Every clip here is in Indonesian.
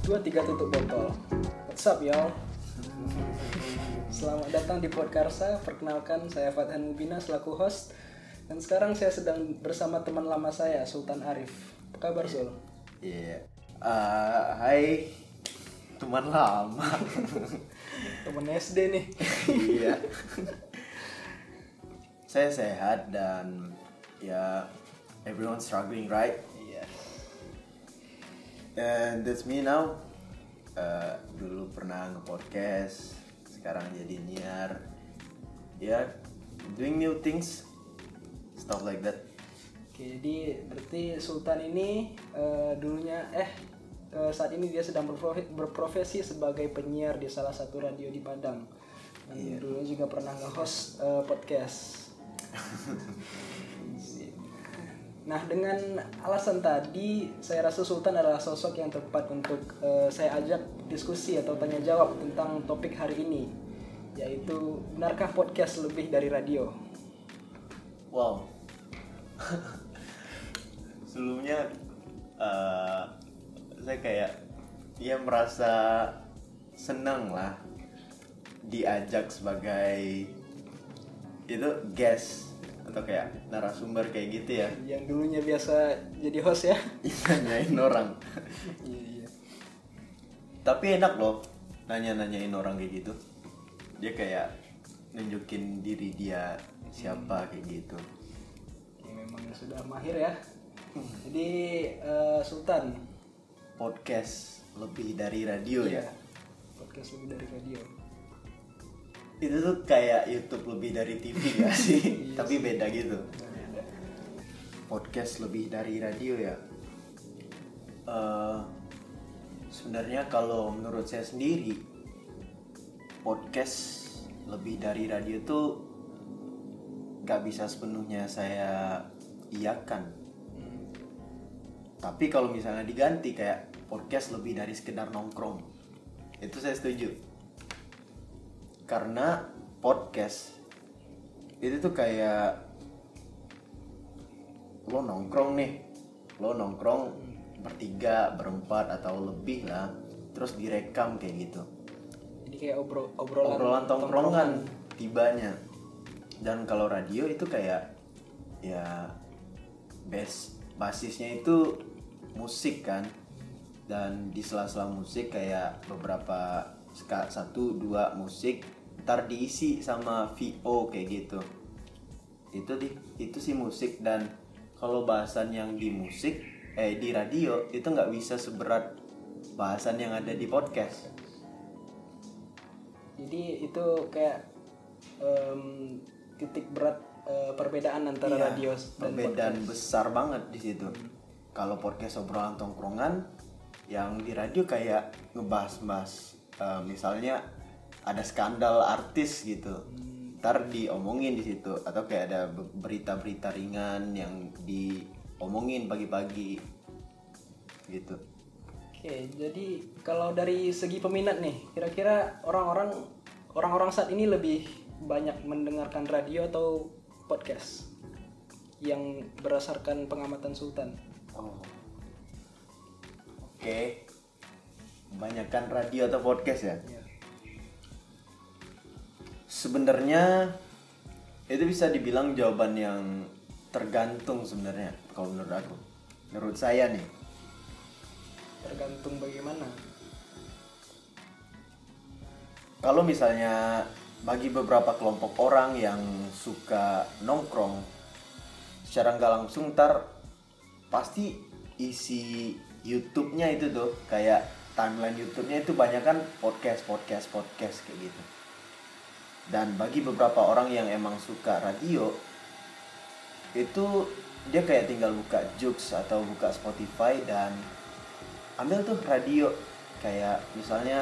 2, 3 tutup botol. What's up y'all? Selamat datang di Podkarsa. Perkenalkan, saya Fathan Mubina selaku host. Dan sekarang saya sedang bersama teman lama saya, Sultan Arif. Apa kabar, Sul? Iya. Hai teman lama. Temen SD nih. Iya. Saya sehat dan ya everyone struggling, right? Iya. And that's me now. Dulu pernah nge-podcast, sekarang jadi nyiar. Ya, doing new things, stuff like that. Oke, jadi berarti Sultan ini saat ini dia sedang berprofesi sebagai penyiar di salah satu radio di Padang. Dan dulunya juga pernah nge-host podcast. Nah, dengan alasan tadi, saya rasa Sultan adalah sosok yang tepat untuk saya ajak diskusi atau tanya jawab tentang topik hari ini, yaitu benarkah podcast lebih dari radio? Wow. Sebelumnya saya kayak merasa senang lah diajak sebagai itu guest atau kayak narasumber kayak gitu ya. Yang dulunya biasa jadi host ya. Nanyain orang. Iya. Tapi enak loh nanyain orang kayak gitu. Dia kayak nunjukin diri dia siapa kayak gitu. Ya, memang sudah mahir ya. Jadi Sultan, Podcast lebih dari radio ya. Podcast lebih dari radio. Itu tuh kayak YouTube lebih dari TV gak sih? Iya Tapi sih. beda gitu. Beda. Podcast lebih dari radio ya. Sebenarnya kalau menurut saya sendiri, podcast lebih dari radio tuh gak bisa sepenuhnya saya iyakan. Tapi kalau misalnya diganti kayak podcast lebih dari sekedar nongkrong, itu saya setuju. Karena podcast itu tuh kayak lo nongkrong bertiga, berempat atau lebih lah, terus direkam kayak gitu. Jadi kayak obrolan tongkrongan tibanya. Dan kalau radio itu kayak ya basisnya itu musik kan, dan di sela-sela musik kayak beberapa 1-2 musik ntar diisi sama VO kayak gitu. Itu sih musik. Dan kalau bahasan yang di di radio itu nggak bisa seberat bahasan yang ada di podcast. Jadi itu kayak titik berat perbedaan antara radio dan perbedaan podcast. besar banget di situ. Kalau podcast obrolan tongkrongan, yang di radio kayak ngebahas misalnya ada skandal artis gitu, ntar diomongin di situ, atau kayak ada berita-berita ringan yang diomongin pagi-pagi gitu. Oke, jadi kalau dari segi peminat nih, kira-kira orang-orang saat ini lebih banyak mendengarkan radio atau podcast? Yang berdasarkan pengamatan Sultan. Oke. Kebanyakan radio atau podcast ya? Ya. Sebenarnya itu bisa dibilang jawaban yang tergantung sebenarnya kalau menurut aku. Menurut saya nih. Tergantung bagaimana. Kalau misalnya bagi beberapa kelompok orang yang suka nongkrong, secara nggak langsung ntar pasti isi YouTube-nya itu tuh kayak timeline YouTube-nya itu banyak kan podcast kayak gitu. Dan bagi beberapa orang yang emang suka radio, itu dia kayak tinggal buka Joox atau buka Spotify dan ambil tuh radio. Kayak misalnya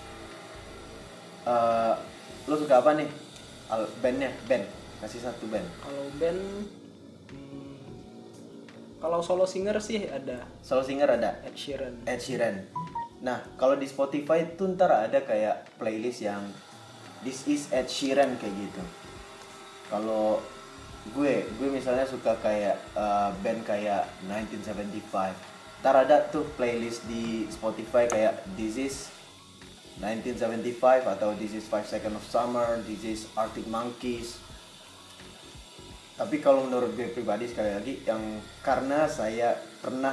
lo suka apa nih? Band, kasih satu band. Kalau band, kalau solo singer sih ada Solo singer ada Ed Sheeran. Nah, kalau di Spotify itu ntar ada kayak playlist yang This is Ed Sheeran kayak gitu. Kalau gue misalnya suka kayak band kayak 1975 Ntar ada tuh playlist di Spotify kayak This is 1975 atau This is 5 Seconds of Summer, This is Arctic Monkeys. Tapi kalau menurut gue pribadi sekali lagi, yang karena saya pernah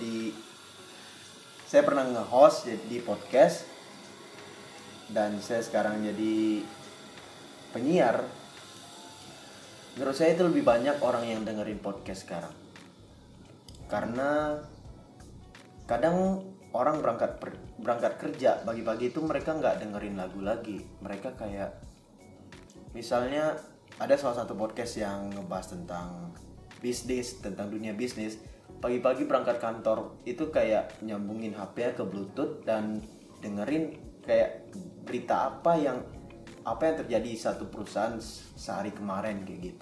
nge-host di podcast dan saya sekarang jadi penyiar, menurut saya itu lebih banyak orang yang dengerin podcast sekarang. Karena kadang orang berangkat kerja pagi-pagi itu mereka nggak dengerin lagu lagi. Mereka kayak misalnya ada salah satu podcast yang ngebahas tentang bisnis, tentang dunia bisnis. Pagi-pagi berangkat kantor itu kayak nyambungin HP ke Bluetooth dan dengerin kayak berita apa yang terjadi di satu perusahaan sehari kemarin kayak gitu.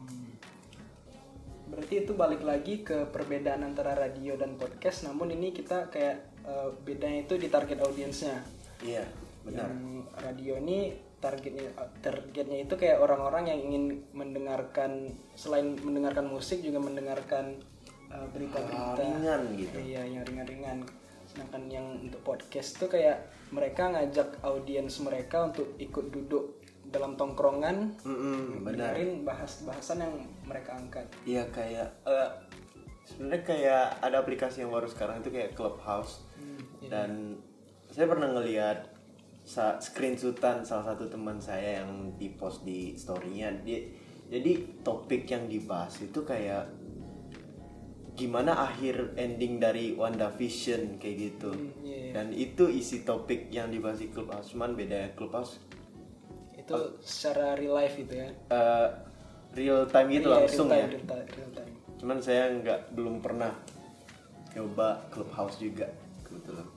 Berarti itu balik lagi ke perbedaan antara radio dan podcast, namun ini kita kayak bedanya itu di target audiensnya. Iya, benar. Yang radio ini targetnya itu kayak orang-orang yang ingin mendengarkan, selain mendengarkan musik juga mendengarkan berita-berita ringan gitu. Iya, yang ringan-ringan. Sedangkan yang untuk podcast tuh kayak mereka ngajak audiens mereka untuk ikut duduk dalam tongkrongan, dengerin bahasan yang mereka angkat. Iya, kayak sebenarnya kayak ada aplikasi yang baru sekarang itu kayak Clubhouse. Dan saya pernah ngelihat screenshotan salah satu teman saya yang di-post di story-nya. Jadi topik yang dibahas itu kayak gimana akhir ending dari WandaVision kayak gitu. Dan itu isi topik yang dibahas di Clubhouse. Cuman beda Clubhouse itu secara real life gitu ya. Real time gitu langsung real ya. Real time. Cuman saya belum pernah coba Clubhouse juga kebetulan.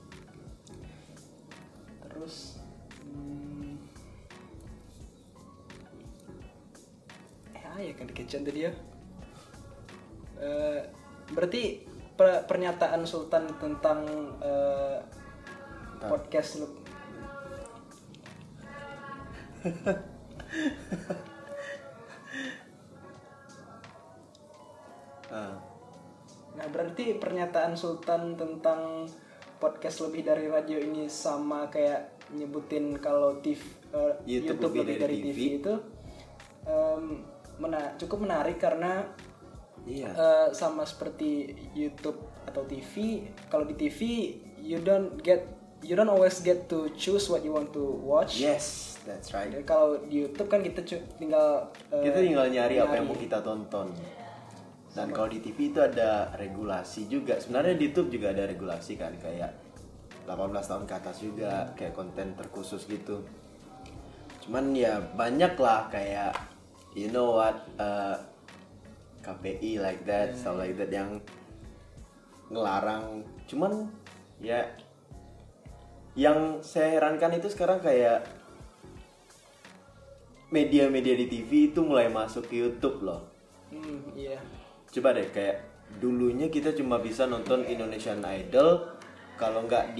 Terus ya kan dikecan tadi ya. Berarti pernyataan Sultan tentang podcast lu. Nah, berarti pernyataan Sultan tentang podcast lebih dari radio ini sama kayak nyebutin kalau YouTube lebih dari TV itu cukup menarik karena sama seperti YouTube atau TV. Kalau di TV you don't always get to choose what you want to watch. Yes, that's right. Kalau di YouTube kan kita tinggal nyari apa yang mau kita tonton. Dan kalau di TV itu ada regulasi juga. Sebenarnya di YouTube juga ada regulasi kan, kayak 18 tahun ke atas juga, kayak konten terkhusus gitu. Cuman ya banyak lah kayak you know what, KPI like that, stuff like that yang ngelarang. Cuman ya yang saya herankan itu sekarang kayak media-media di TV itu mulai masuk ke YouTube loh. Iya. Coba deh, kayak dulunya kita cuma bisa nonton Indonesian Idol. Kalau nggak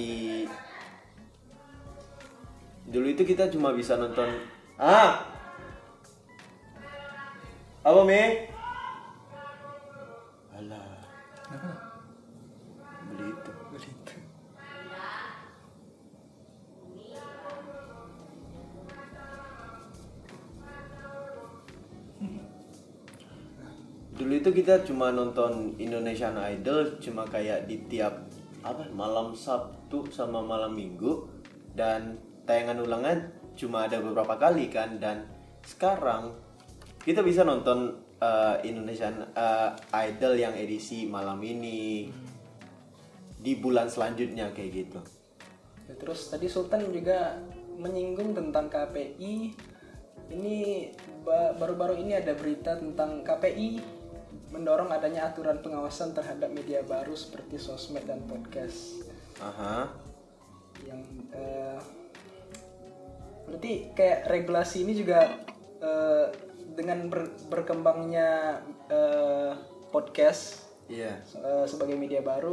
dulu itu kita cuma bisa nonton apa Me? Alah, beli itu. Dulu itu kita cuma nonton Indonesian Idol cuma kayak di tiap malam Sabtu sama malam Minggu, dan tayangan ulangan cuma ada beberapa kali kan. Dan sekarang kita bisa nonton Indonesian Idol yang edisi malam ini di bulan selanjutnya kayak gitu. Terus tadi Sultan juga menyinggung tentang KPI. Ini baru-baru ini ada berita tentang KPI mendorong adanya aturan pengawasan terhadap media baru seperti sosmed dan podcast. Yang berarti kayak regulasi ini juga dengan berkembangnya podcast sebagai media baru,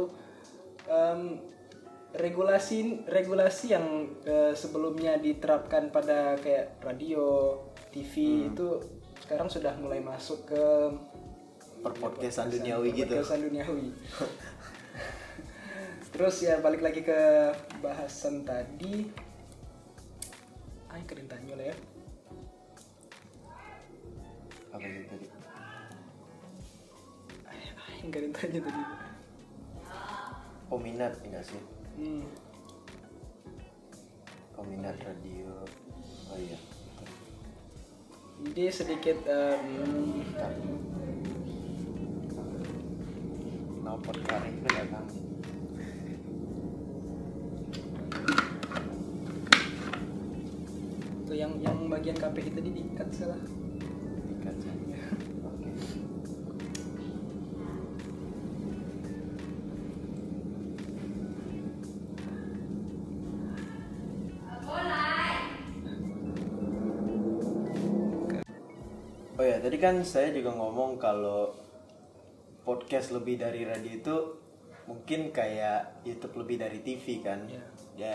regulasi yang sebelumnya diterapkan pada kayak radio, TV itu sekarang sudah mulai masuk ke perpodcastan duniawi gitu. Podcastan duniawi. Terus ya balik lagi ke bahasan tadi. Ay, keren tanya lah ya. Apa itu tadi? Yang keren tanya tadi. Peminat enggak sih? Hmm. Peminat radio. Oh iya. Jadi sedikit Kenapa kari itu datang? tuh yang bagian KPI tadi diikat salah. Ikat saja. Oke. Oh ya, tadi kan saya juga ngomong kalau podcast lebih dari radio itu mungkin kayak YouTube lebih dari TV kan? Iya. Ya,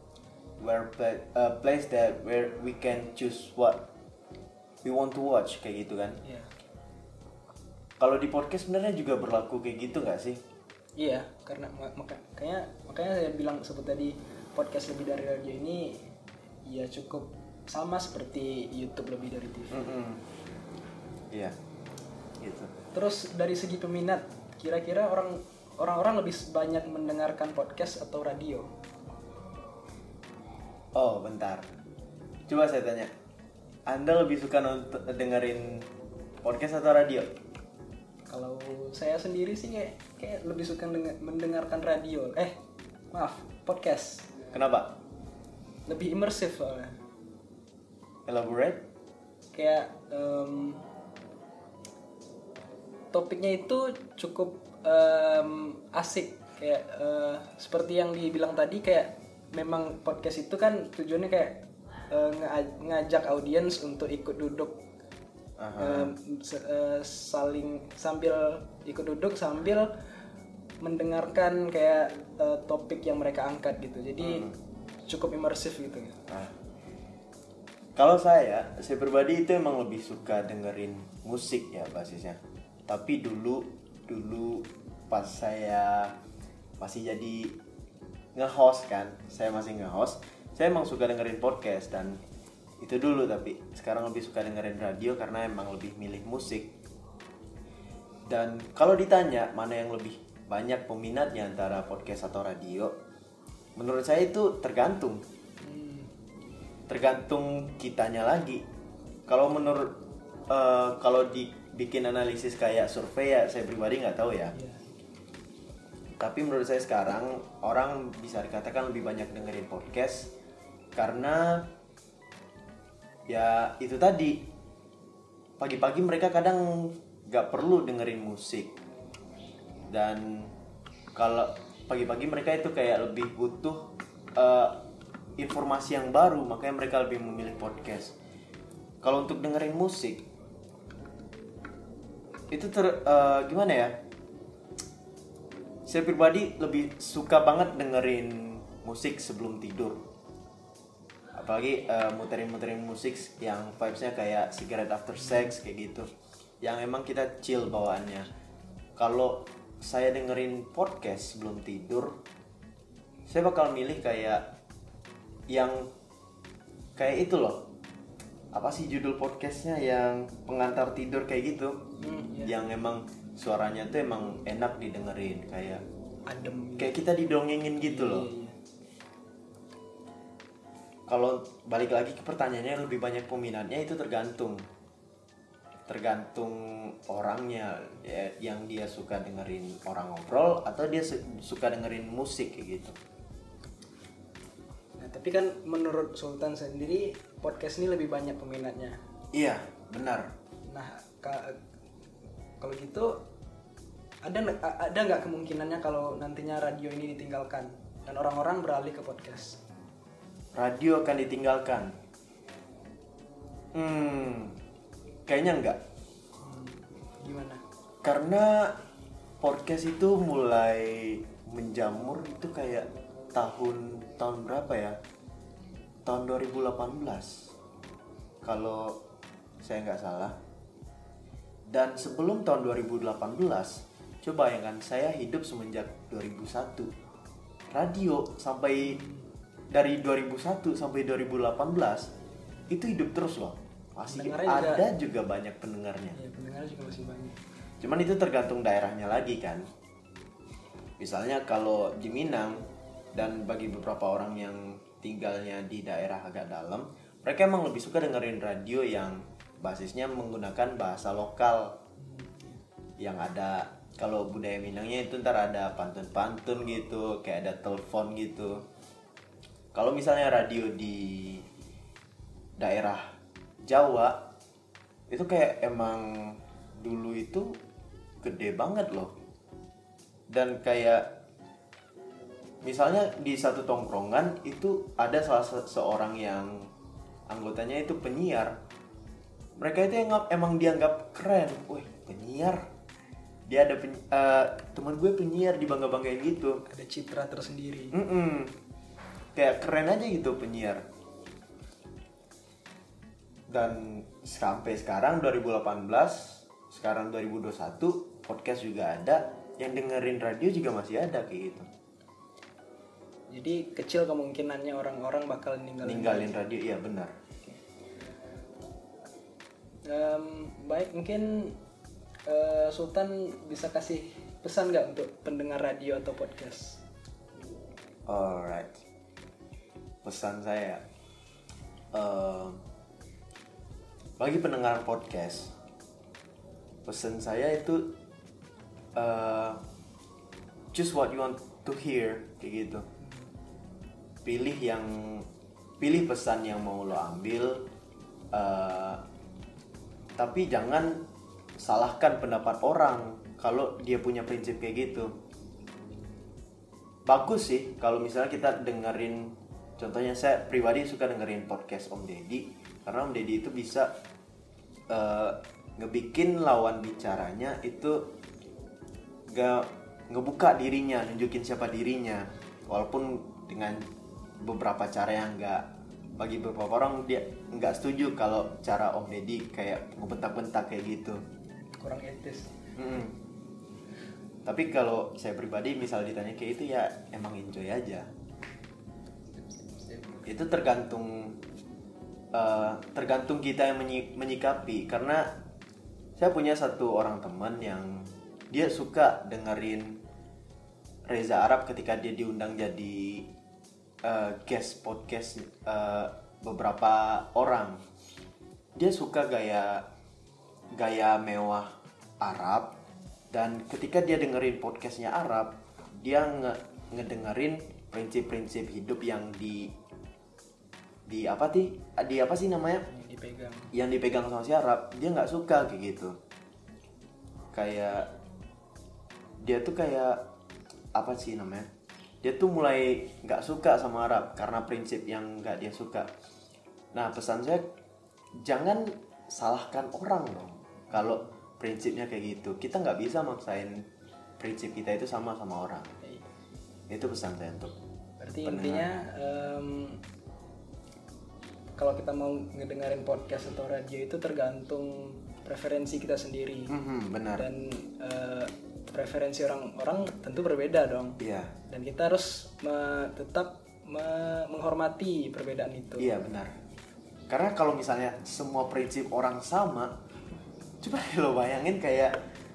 a place that where we can choose what we want to watch kayak gitu kan? Iya. Kalau di podcast sebenarnya juga berlaku kayak gitu nggak sih? Iya, karena makanya saya bilang sebut tadi podcast lebih dari radio ini ya cukup sama seperti YouTube lebih dari TV. Iya, gitu. Terus dari segi peminat, kira-kira orang-orang lebih banyak mendengarkan podcast atau radio? Oh, bentar. Coba saya tanya. Anda lebih suka dengerin podcast atau radio? Kalau saya sendiri sih kayak lebih suka mendengarkan radio. Podcast. Kenapa? Lebih imersif soalnya. Elaborate? Kayak topiknya itu cukup asik, kayak seperti yang dibilang tadi, kayak memang podcast itu kan tujuannya kayak ngajak audiens untuk ikut duduk, saling sambil ikut duduk sambil mendengarkan kayak topik yang mereka angkat gitu, jadi cukup imersif gitu. Kalau saya pribadi itu emang lebih suka dengerin musik ya basisnya. Tapi dulu pas saya masih jadi nge-host kan, saya emang suka dengerin podcast dan itu dulu, tapi sekarang lebih suka dengerin radio karena emang lebih milih musik. Dan kalau ditanya mana yang lebih banyak peminatnya antara podcast atau radio, menurut saya itu tergantung kitanya lagi. Kalau dibikin analisis kayak survei ya saya pribadi nggak tahu ya. Tapi menurut saya sekarang orang bisa dikatakan lebih banyak dengerin podcast karena ya itu tadi, pagi-pagi mereka kadang nggak perlu dengerin musik, dan kalau pagi-pagi mereka itu kayak lebih butuh informasi yang baru, makanya mereka lebih memilih podcast. Kalau untuk dengerin musik itu gimana ya, saya pribadi lebih suka banget dengerin musik sebelum tidur, apalagi muterin musik yang vibesnya kayak Cigarette After Sex kayak gitu, yang emang kita chill bawaannya. Kalau saya dengerin podcast sebelum tidur, saya bakal milih kayak yang kayak itu loh, apa sih judul podcastnya, yang pengantar tidur kayak gitu, yang emang suaranya tuh emang enak didengerin, kayak adem, kayak kita didongengin gitu loh. Kalau balik lagi ke pertanyaannya, lebih banyak peminatnya itu tergantung orangnya ya, yang dia suka dengerin orang ngobrol atau dia suka dengerin musik kayak gitu. Nah, tapi kan menurut Sultan sendiri podcast ini lebih banyak peminatnya. Iya, benar. Nah, kalau gitu ada nggak kemungkinannya kalau nantinya radio ini ditinggalkan dan orang-orang beralih ke podcast? Radio akan ditinggalkan? Kayaknya enggak. Gimana? Karena podcast itu mulai menjamur itu kayak tahun berapa ya? Tahun 2018 kalau saya nggak salah. Dan sebelum tahun 2018, coba bayangkan, saya hidup semenjak 2001. radio sampai dari 2001 sampai 2018 itu hidup terus loh. Masih Pendengarnya ada juga banyak pendengarnya. Ya, pendengarnya juga masih banyak. Cuman itu tergantung daerahnya lagi kan. Misalnya kalau di Minang dan bagi beberapa orang yang tinggalnya di daerah agak dalam, mereka emang lebih suka dengerin radio yang basisnya menggunakan bahasa lokal. Yang ada, kalau budaya Minangnya itu ntar ada pantun-pantun gitu, kayak ada telepon gitu. Kalau misalnya radio di daerah Jawa itu kayak emang dulu itu gede banget loh. Dan kayak misalnya di satu tongkrongan itu ada salah seorang yang anggotanya itu penyiar. Mereka itu emang dianggap keren. Wih, penyiar. Dia ada teman gue penyiar, dibangga-banggain gitu. Ada citra tersendiri. Kayak keren aja gitu penyiar. Dan sampai sekarang 2018, sekarang 2021, podcast juga ada. Yang dengerin radio juga masih ada kayak gitu. Jadi kecil kemungkinannya orang-orang bakal ninggalin radio, iya benar. Baik, mungkin Sultan bisa kasih pesan nggak untuk pendengar radio atau podcast? Alright, pesan saya bagi pendengar podcast, pesan saya itu choose what you want to hear kayak gitu. Pilih pesan yang mau lo ambil, tapi jangan salahkan pendapat orang kalau dia punya prinsip kayak gitu. Bagus sih kalau misalnya kita dengerin, contohnya saya pribadi suka dengerin podcast Om Deddy, karena Om Deddy itu bisa ngebikin lawan bicaranya itu ngebuka dirinya, nunjukin siapa dirinya, walaupun dengan beberapa cara yang bagi beberapa orang dia nggak setuju kalau cara Om Deddy kayak ngebentak-bentak kayak gitu, kurang etis. Tapi kalau saya pribadi misal ditanya kayak itu ya emang enjoy aja. Itu tergantung kita yang menyikapi. Karena saya punya satu orang teman yang dia suka dengerin Reza Arab ketika dia diundang jadi guest podcast beberapa orang. Dia suka gaya mewah Arab, dan ketika dia dengerin podcastnya Arab, dia ngedengerin prinsip-prinsip hidup yang di apa sih namanya? Yang dipegang sama si Arab. Dia nggak suka kayak gitu. Kayak dia tuh kayak apa sih namanya? Dia tuh mulai nggak suka sama Arab karena prinsip yang nggak dia suka. Nah, pesan saya jangan salahkan orang dong kalau prinsipnya kayak gitu. Kita nggak bisa maksain prinsip kita itu sama orang. Itu pesan saya untuk berarti intinya kalau kita mau ngedengerin podcast atau radio itu tergantung preferensi kita sendiri. Benar. Dan preferensi orang-orang tentu berbeda dong. Iya. Dan kita harus tetap menghormati perbedaan itu. Iya, benar. Karena kalau misalnya semua prinsip orang sama, coba lo bayangin kayak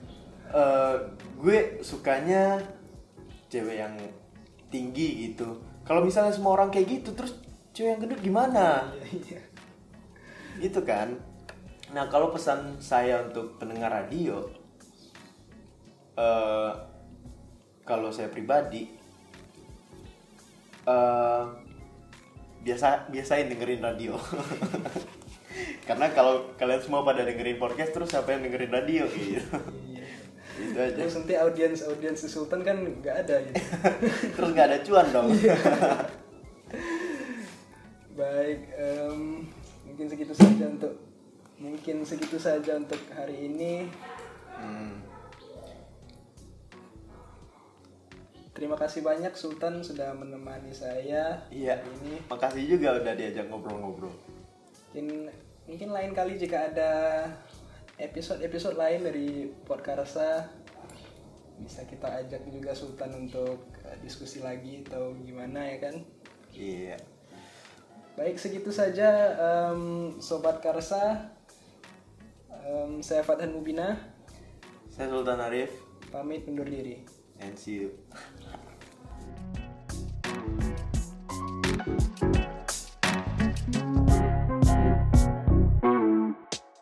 gue sukanya cewek yang tinggi gitu. Kalau misalnya semua orang kayak gitu, terus cewek yang gendut gimana? Iya. Gitu kan. Nah, kalau pesan saya untuk pendengar radio, kalau saya pribadi biasain dengerin radio. Karena kalau kalian semua pada dengerin podcast, terus siapa yang dengerin radio gitu. Itu aja. Terus nanti audiens Sultan kan nggak ada gitu. Terus nggak ada cuan dong. Baik, mungkin segitu saja untuk hari ini. Terima kasih banyak Sultan sudah menemani saya. Iya. Ini. Makasih juga udah diajak ngobrol-ngobrol. Mungkin lain kali jika ada episode lain dari Podkarsa, bisa kita ajak juga Sultan untuk diskusi lagi atau gimana ya kan. Iya. Baik, segitu saja Sobat Karsa. Saya Fathan Mubina. Saya Sultan Arif. Pamit undur diri. And see you.